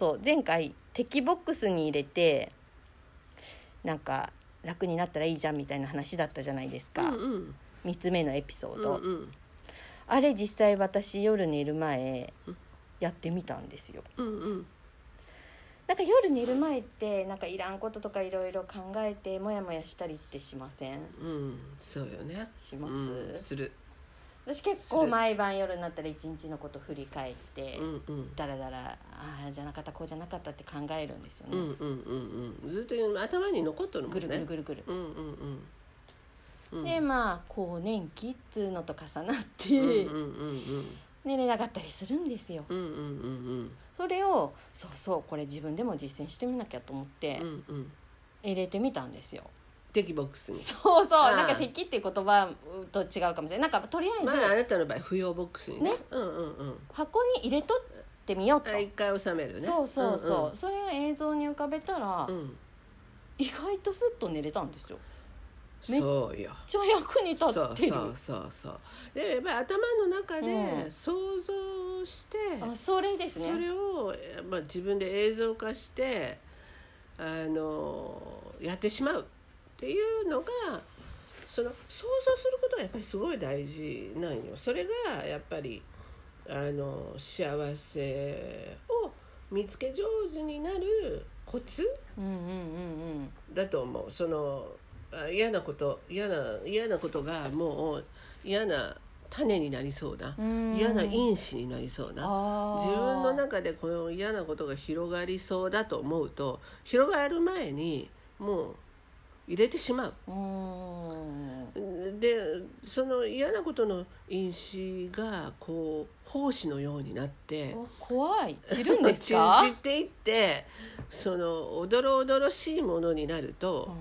そう前回敵ボックスに入れてなんか楽になったらいいじゃんみたいな話だったじゃないですか、3つ目のエピソード、あれ実際私夜寝る前やってみたんですよ、なんか夜寝る前ってなんかいらんこととかいろいろ考えてモヤモヤしたりってしません？ そうよね。 します、 する。 私結構毎晩夜になったら一日のこと振り返って、だらだらああじゃなかったこうじゃなかったって考えるんですよね、 ずっと頭に残っとるもんね。 ぐるぐるぐるぐる、でまあ更年期っつうのと重なって、寝れなかったりするんですよ、それをそうこれ自分でも実践してみなきゃと思って、入れてみたんですよ、 敵ボックスに。 そうなんか敵っていう言葉と違うかもしれない。なんかとりあえず、 あなたの場合不要ボックスにね、 箱に入れとってみようと。 一回収めるね。 そう、それを映像に浮かべたら、意外とスッと寝れたんですよ。 そうよ。めっちゃ役に立ってる。 そうでやっぱり頭の中で想像して、 それですね。 それを、自分で映像化してやってしまうっていうのがその想像することがやっぱりすごい大事なんよ。それがやっぱり幸せを見つけ上手になるコツだと思う。その嫌なことがもう嫌な種になりそうな、嫌な因子になりそうな、自分の中でこの嫌なことが広がりそうだと思うと、広がる前にもう入れてしまう。でその嫌なことの因子がこう胞子のようになって怖い散るんですか？ 散っていって、そのおどろおどろしいものになると、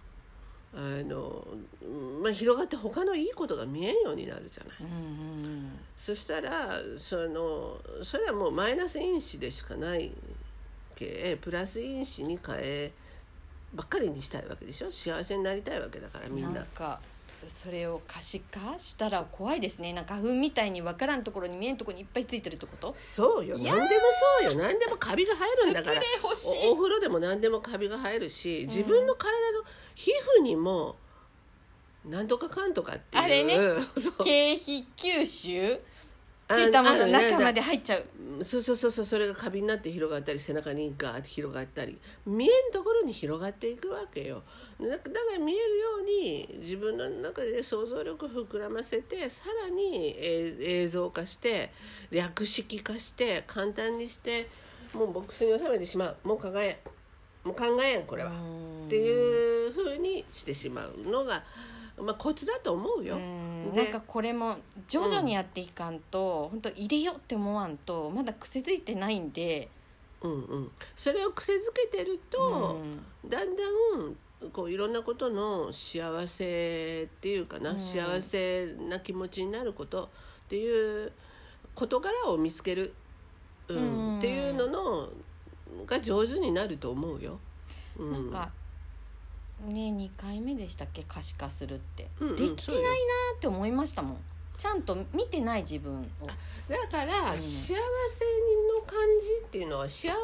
広がって他のいいことが見えんようになるじゃない、そしたらそれはもうマイナス因子でしかないけ、プラス因子に変えばっかりにしたいわけでしょ。幸せになりたいわけだからみんな。 なんかそれを可視化したら怖いですね。なんか花粉みたいに分からんところに見えんところにいっぱいついてるってこと？ そうよ。何でもそうよ。何でもカビが生えるんだから。お風呂でも何でもカビが生えるし、自分の体の皮膚にもなんとかかんとかっていう、 あれね、経皮吸収ついたもの中まで入っちゃう。 そうそれがカビになって広がったり、背中にガーッて広がったり、見えんところに広がっていくわけよ。だから見えるように自分の中で想像力を膨らませて、さらに映像化して略式化して簡単にして、もうボックスに収めてしまう。もう考えんこれはっていう風にしてしまうのがコツだと思うよ。 なんかこれも徐々にやっていかんと、本当入れようって思わんとまだ癖づいてないんで、 それを癖づけてると、だんだんこういろんなことの幸せっていうかな、幸せな気持ちになることっていう事柄を見つける、っていうのが上手になると思うよ。 なんかね、2回目でしたっけ、可視化するって、できてないなって思いましたもん。ちゃんと見てない自分を。 だから、幸せの感じっていうのは、幸せの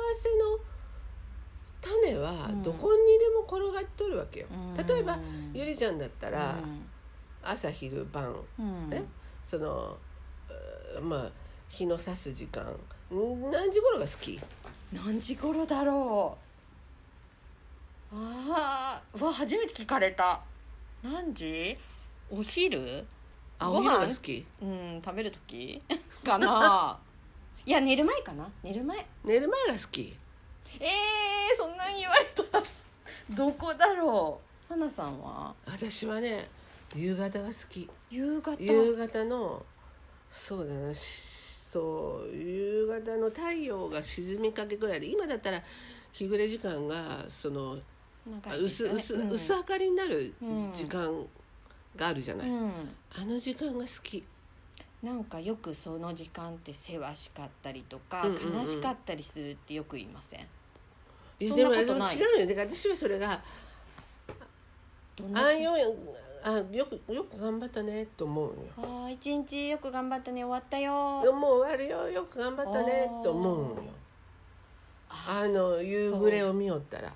種はどこにでも転がっとるわけよ。例えばゆりちゃんだったら、朝昼晩、その日の差す時間、何時頃が好き？ 何時頃だろう。初めて聞かれた。何時？お昼？ お昼が好き？ 食べる時かな。いや寝る前かな。寝る前が好き。 そんなに言われたらどこだろう。花さんは？ 私はね、夕方が好き。夕方の、そうだな、夕方の太陽が沈みかけぐらいで、今だったら日暮れ時間が薄明かりになる時間があるじゃない、あの時間が好き。 なんかよくその時間ってせわしかったりとか、悲しかったりするってよく言いません？ でも違うよ。だから私はそれがよく頑張ったねと思うよ。 一日よく頑張ったね、終わったよ、 もう終わるよ、よく頑張ったねと思うよ。 夕暮れを見よったら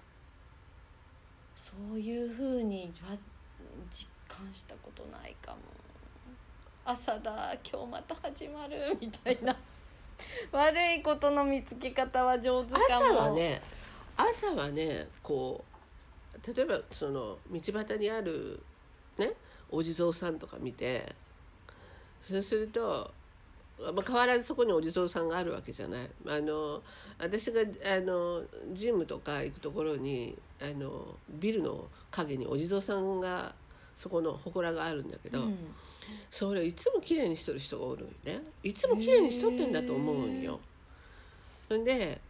そういう風には実感したことないかも。朝だ今日また始まるみたいな悪いことの見つけ方は上手かも。 朝はねこう例えばその道端にあるねお地蔵さんとか見て、そうすると、変わらずそこにお地蔵さんがあるわけじゃない。私がジムとか行くところにビルの陰にお地蔵さんがそこの祠があるんだけど、それをいつもきれいにしとる人がおるんよね。いつもきれいにしとってんだと思うんよ。で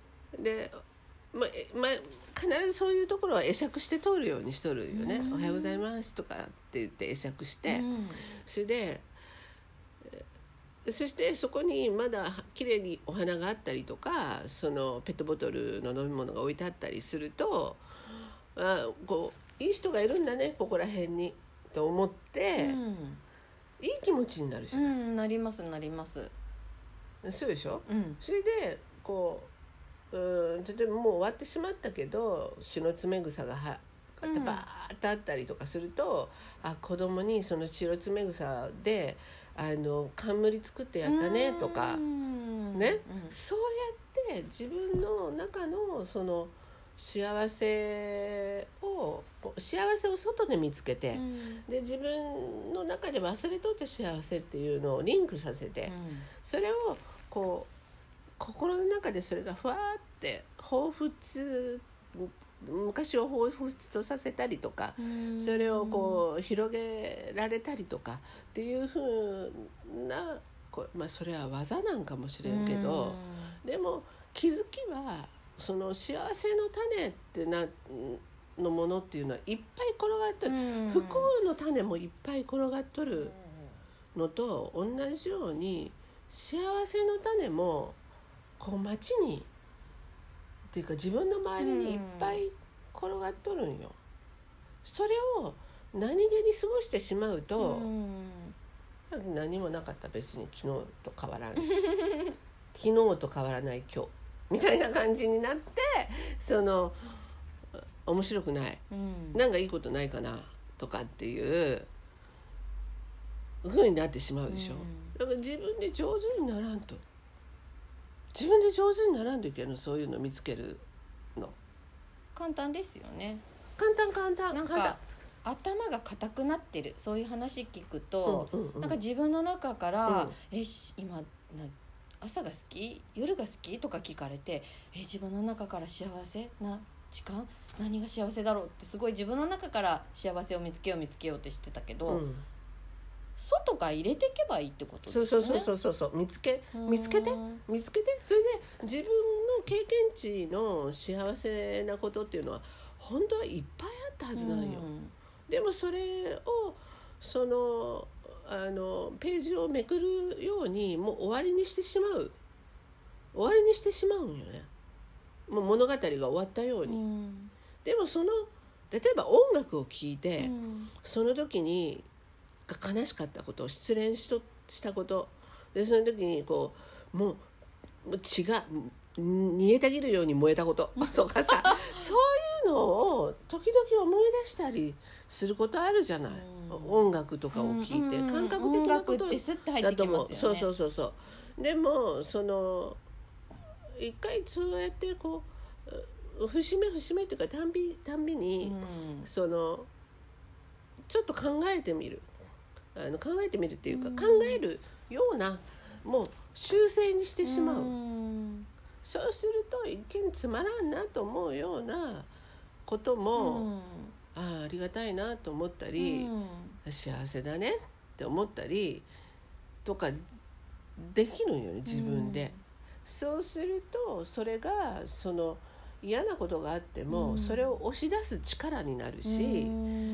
必ずそういうところは会釈して通るようにしとるよね。おはようございますとかって言って会釈して、そしてそこにまだきれいにお花があったりとか、そのペットボトルの飲み物が置いてあったりすると、こういい人がいるんだねここら辺にと思って、いい気持ちになるじゃない。 なりますなります。 そうでしょ。それでこう例えばもう終わってしまったけどシロツメグサがバーッとあったりとかすると、子供にそのシロツメグサで冠作ってやったねとかね、そうやって自分の中のその幸せを外で見つけて、で自分の中で忘れとった幸せっていうのをリンクさせて、それをこう心の中でそれがふわーって昔を彷彿とさせたりとか、それをこう広げられたりとかっていう風なそれは技なんかもしれんけど、でも気づきはその幸せの種ってのものっていうのはいっぱい転がっとる、不幸の種もいっぱい転がっとるのと同じように、幸せの種もこう街にっていうか自分の周りにいっぱい転がっとるんよ。それを何気に過ごしてしまうと、何もなかった別に昨日と変わらんし昨日と変わらない今日みたいな感じになって、その面白くない、なんかいいことないかなとかっていう風になってしまうでしょ。だから自分で上手にならんといけない。そういうの見つけるの簡単ですよね。 簡単なんか頭が硬くなってる、そういう話聞くと、なんか自分の中から、今朝が好き夜が好きとか聞かれて、自分の中から幸せな時間何が幸せだろうってすごい自分の中から幸せを見つけようってしてたけど、外から入れていけばいいってことですよね。 そう見つけて、それで自分の経験値の幸せなことっていうのは本当はいっぱいあったはずなんよ。でもそれをそのページをめくるようにもう終わりにしてしまうんよね。もう物語が終わったように。でも例えば音楽を聴いて、その時に悲しかったこと、失恋したことで、その時にこうもう血が煮えたぎるように燃えたこととかさそういうのを時々思い出したりすることあるじゃない。音楽とかを聴いて、感覚的なことだと思う。そうでも一回そうやってこう節目っていうかたんびに、ちょっと考えてみるっていうか、考えるようなもう習性にしてしまう。そうすると一見つまらんなと思うようなことも、ありがたいなと思ったり、幸せだねって思ったりとかできるんよね、自分で。そうするとそれが嫌なことがあっても、それを押し出す力になるし、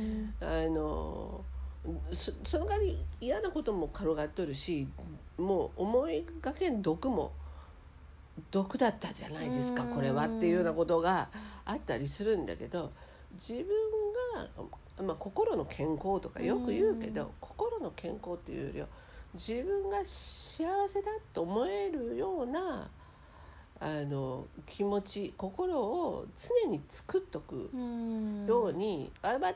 その代わり嫌なことも転がっとるし、もう思いがけん毒だったじゃないですかこれはっていうようなことがあったりするんだけど、自分が、心の健康とかよく言うけど、心の健康っていうよりは自分が幸せだと思えるような気持ち心を常に作っとくように、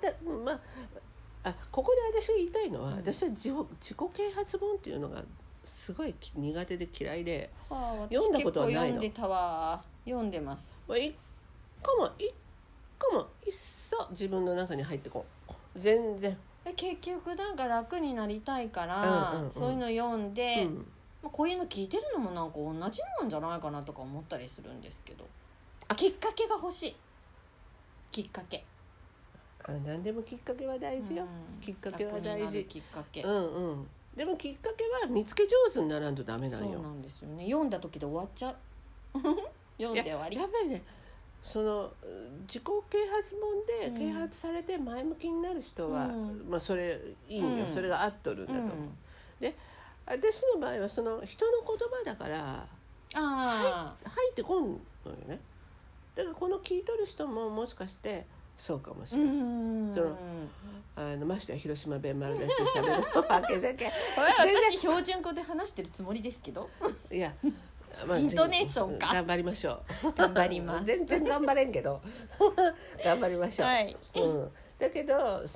ここで私が言いたいのは、私は自己啓発本っていうのがすごい苦手で嫌いで、読んだことはないの。 読んでます。 一個も一切自分の中に入ってこん。全然。 結局なんか楽になりたいから、そういうの読んで、こういうの聞いてるのもなんか同じなんじゃないかなとか思ったりするんですけど、きっかけが欲しい。きっかけ。 何でもきっかけは大事よ。きっかけは大事。 きっかけ。 でもきっかけは見つけ上手にならんとダメなんよ。 そうなんですよね。読んだ時で終わっちゃう。読んで終わり。 やっぱりね、その自己啓発本で啓発されて前向きになる人は、それいいんよ。それが合っとるんだと思う。で、私の場合はその人の言葉だから入ってこんのよね。だからこの聞いとる人ももしかしてそうかもしれない。ましてや広島弁丸出しで喋るわけじゃけん。 私標準語で話してるつもりですけど。 いや、 イントネーションか。 頑張りましょう。 頑張ります。 全然頑張れんけど頑張りましょう。だけど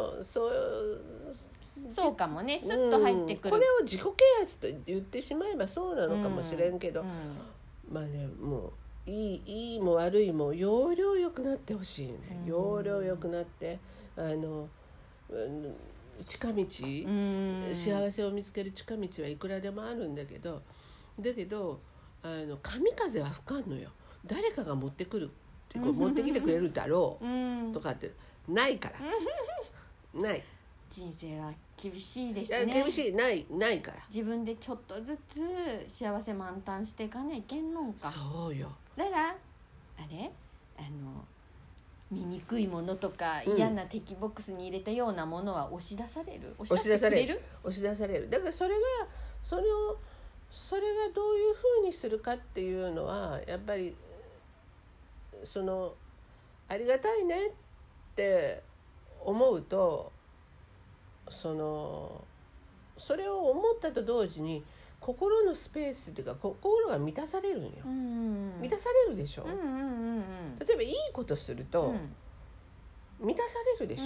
そうかもね、スッと入ってくる。 これを自己啓発と言ってしまえばそうなのかもしれんけど、まあね、もういいも悪いも要領よくなってほしいね。要領よくなって近道、幸せを見つける近道はいくらでもあるんだけど神風は吹かんのよ。誰かが持ってくるって持ってきてくれるだろうとかってないからない。 人生は厳しいですね。 厳しいないから自分でちょっとずつ幸せ満タンしていかないけんのんか。 そうよ。 だから醜いものとか嫌な敵ボックスに入れたようなものは押し出される。押し出される。だからそれはどういうふうにするかっていうのはやっぱりありがたいねって思うとそれを思ったと同時に心のスペースっていうか心が満たされるんよ。満たされるでしょ。例えばいいことすると満たされるでし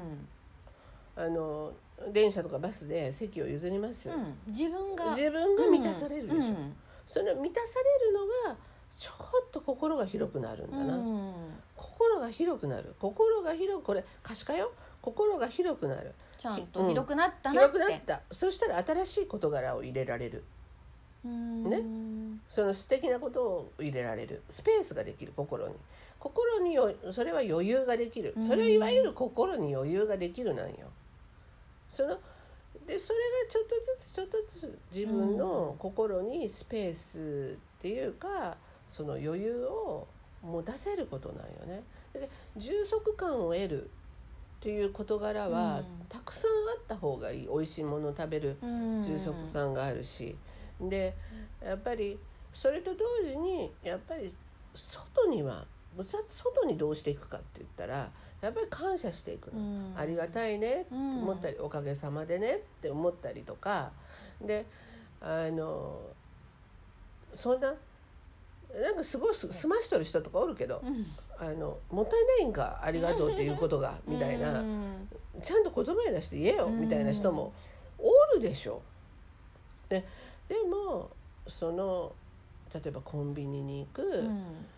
ょ。電車とかバスで席を譲ります。自分が満たされるでしょ。その満たされるのがちょっと心が広くなるんだな。心が広くなる。これ可視化よ。心が広くなる。 ちゃんと広くなったなって。 広くなった。そしたら新しい事柄を入れられる。ね。その素敵なことを入れられる。スペースができる心にそれは余裕ができる。それはいわゆる心に余裕ができるなんよ。それがちょっとずつ自分の心にスペースっていうかその余裕を持たせることなんよね。で充足感を得るっていう事柄はたくさんあった方がいい。美味しいものを食べる充足感があるし、でやっぱりそれと同時にやっぱり外にどうしていくかって言ったらやっぱり感謝していくの。ありがたいねって思ったり、おかげさまでねって思ったりとかでそんななんかすごい済ましとる人とかおるけど、もったいないんかありがとうっていうことがみたいな、ちゃんと言葉に出して言えよみたいな人もおるでしょ。でも例えばコンビニに行く、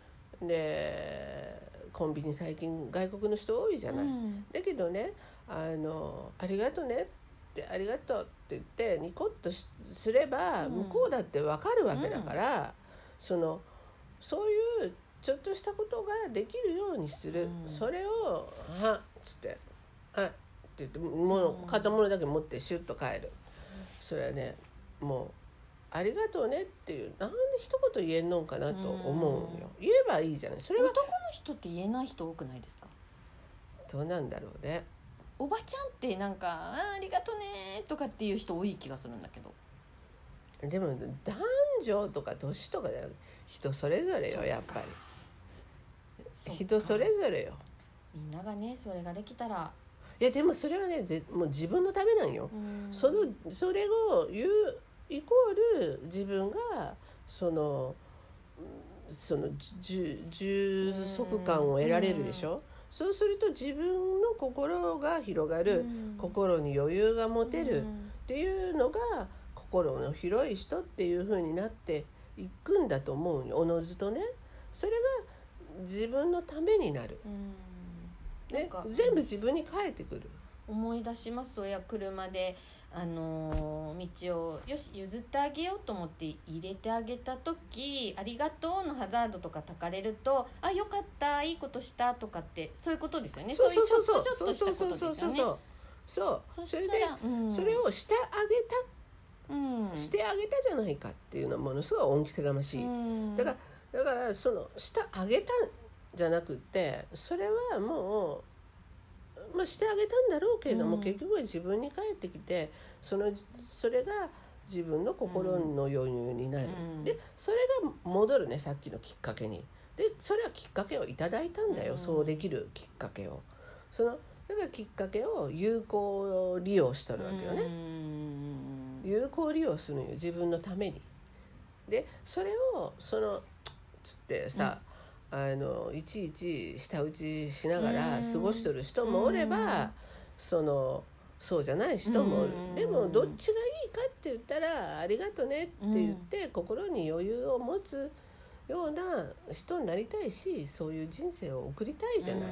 でコンビニ最近外国の人多いじゃない。だけどねありがとねってありがとうって言ってニコッとすれば向こうだって分かるわけだから、そういうちょっとしたことができるようにする。それをはっつってはいって言って買ったものだけ持ってシュッと帰る。それはねもうありがとうねっていうなんで一言言えんのんかなと思うんよ。言えばいいじゃない。それは男の人って言えない人多くないですか。 どうなんだろうね。 おばちゃんってなんかありがとねとかっていう人多い気がするんだけど。 でも男女とか年とかじゃなくて人それぞれよ。やっぱり人それぞれよ。 みんながねそれができたら。 いやでもそれはねもう自分のためなんよ。それを言うイコール自分がその充足感を得られるでしょ。そうすると自分の心が広がる、心に余裕が持てるっていうのが心の広い人っていう風になっていくんだと思うよ、おのずとね。それが自分のためになる、ね、全部自分に返ってくる。 思い出します。そうや車で道をよし譲ってあげようと思って入れてあげた時、ありがとうのハザードとかたかれると、あよかったいいことしたとかって、そういうことですよね。そういうちょっとしたことですよね。 そしたら、それをしてあげたじゃないかっていうのはものすごい恩着せがましい、だからそのしてあげたんじゃなくて、それはもうしてあげたんだろうけれども、結局は自分に返ってきて、それが自分の心の余裕になる、でそれが戻るね、さっきのきっかけに。でそれはきっかけをいただいたんだよ、そうできるきっかけを。だからきっかけを有効利用しとるわけよね、有効利用するのよ、自分のために。でそれをつってさ、いちいち舌打ちしながら過ごしとる人もおれば、そうじゃない人もおる。でもどっちがいいかって言ったら、ありがとねって言って心に余裕を持つような人になりたいし、そういう人生を送りたいじゃない。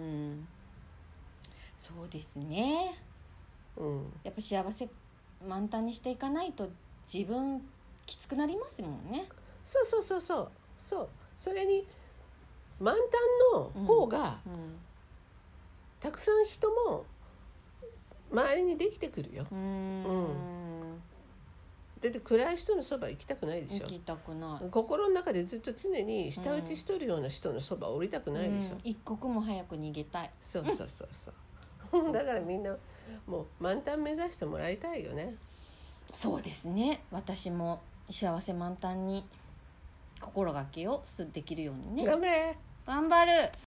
そうですね、やっぱ幸せ満タンにしていかないと自分きつくなりますもんね。 そうそれに満タンの方が、たくさん人も周りにできてくるよ。だって暗い人のそば行きたくないでしょ。 行きたくない。 心の中でずっと常に舌打ちしとるような人のそば降りたくないでしょ。 一刻も早く逃げたい。 そうだからみんなもう満タン目指してもらいたいよね。 そうですね、私も幸せ満タンに心がけをできるようにね。 頑張れ。 頑張る。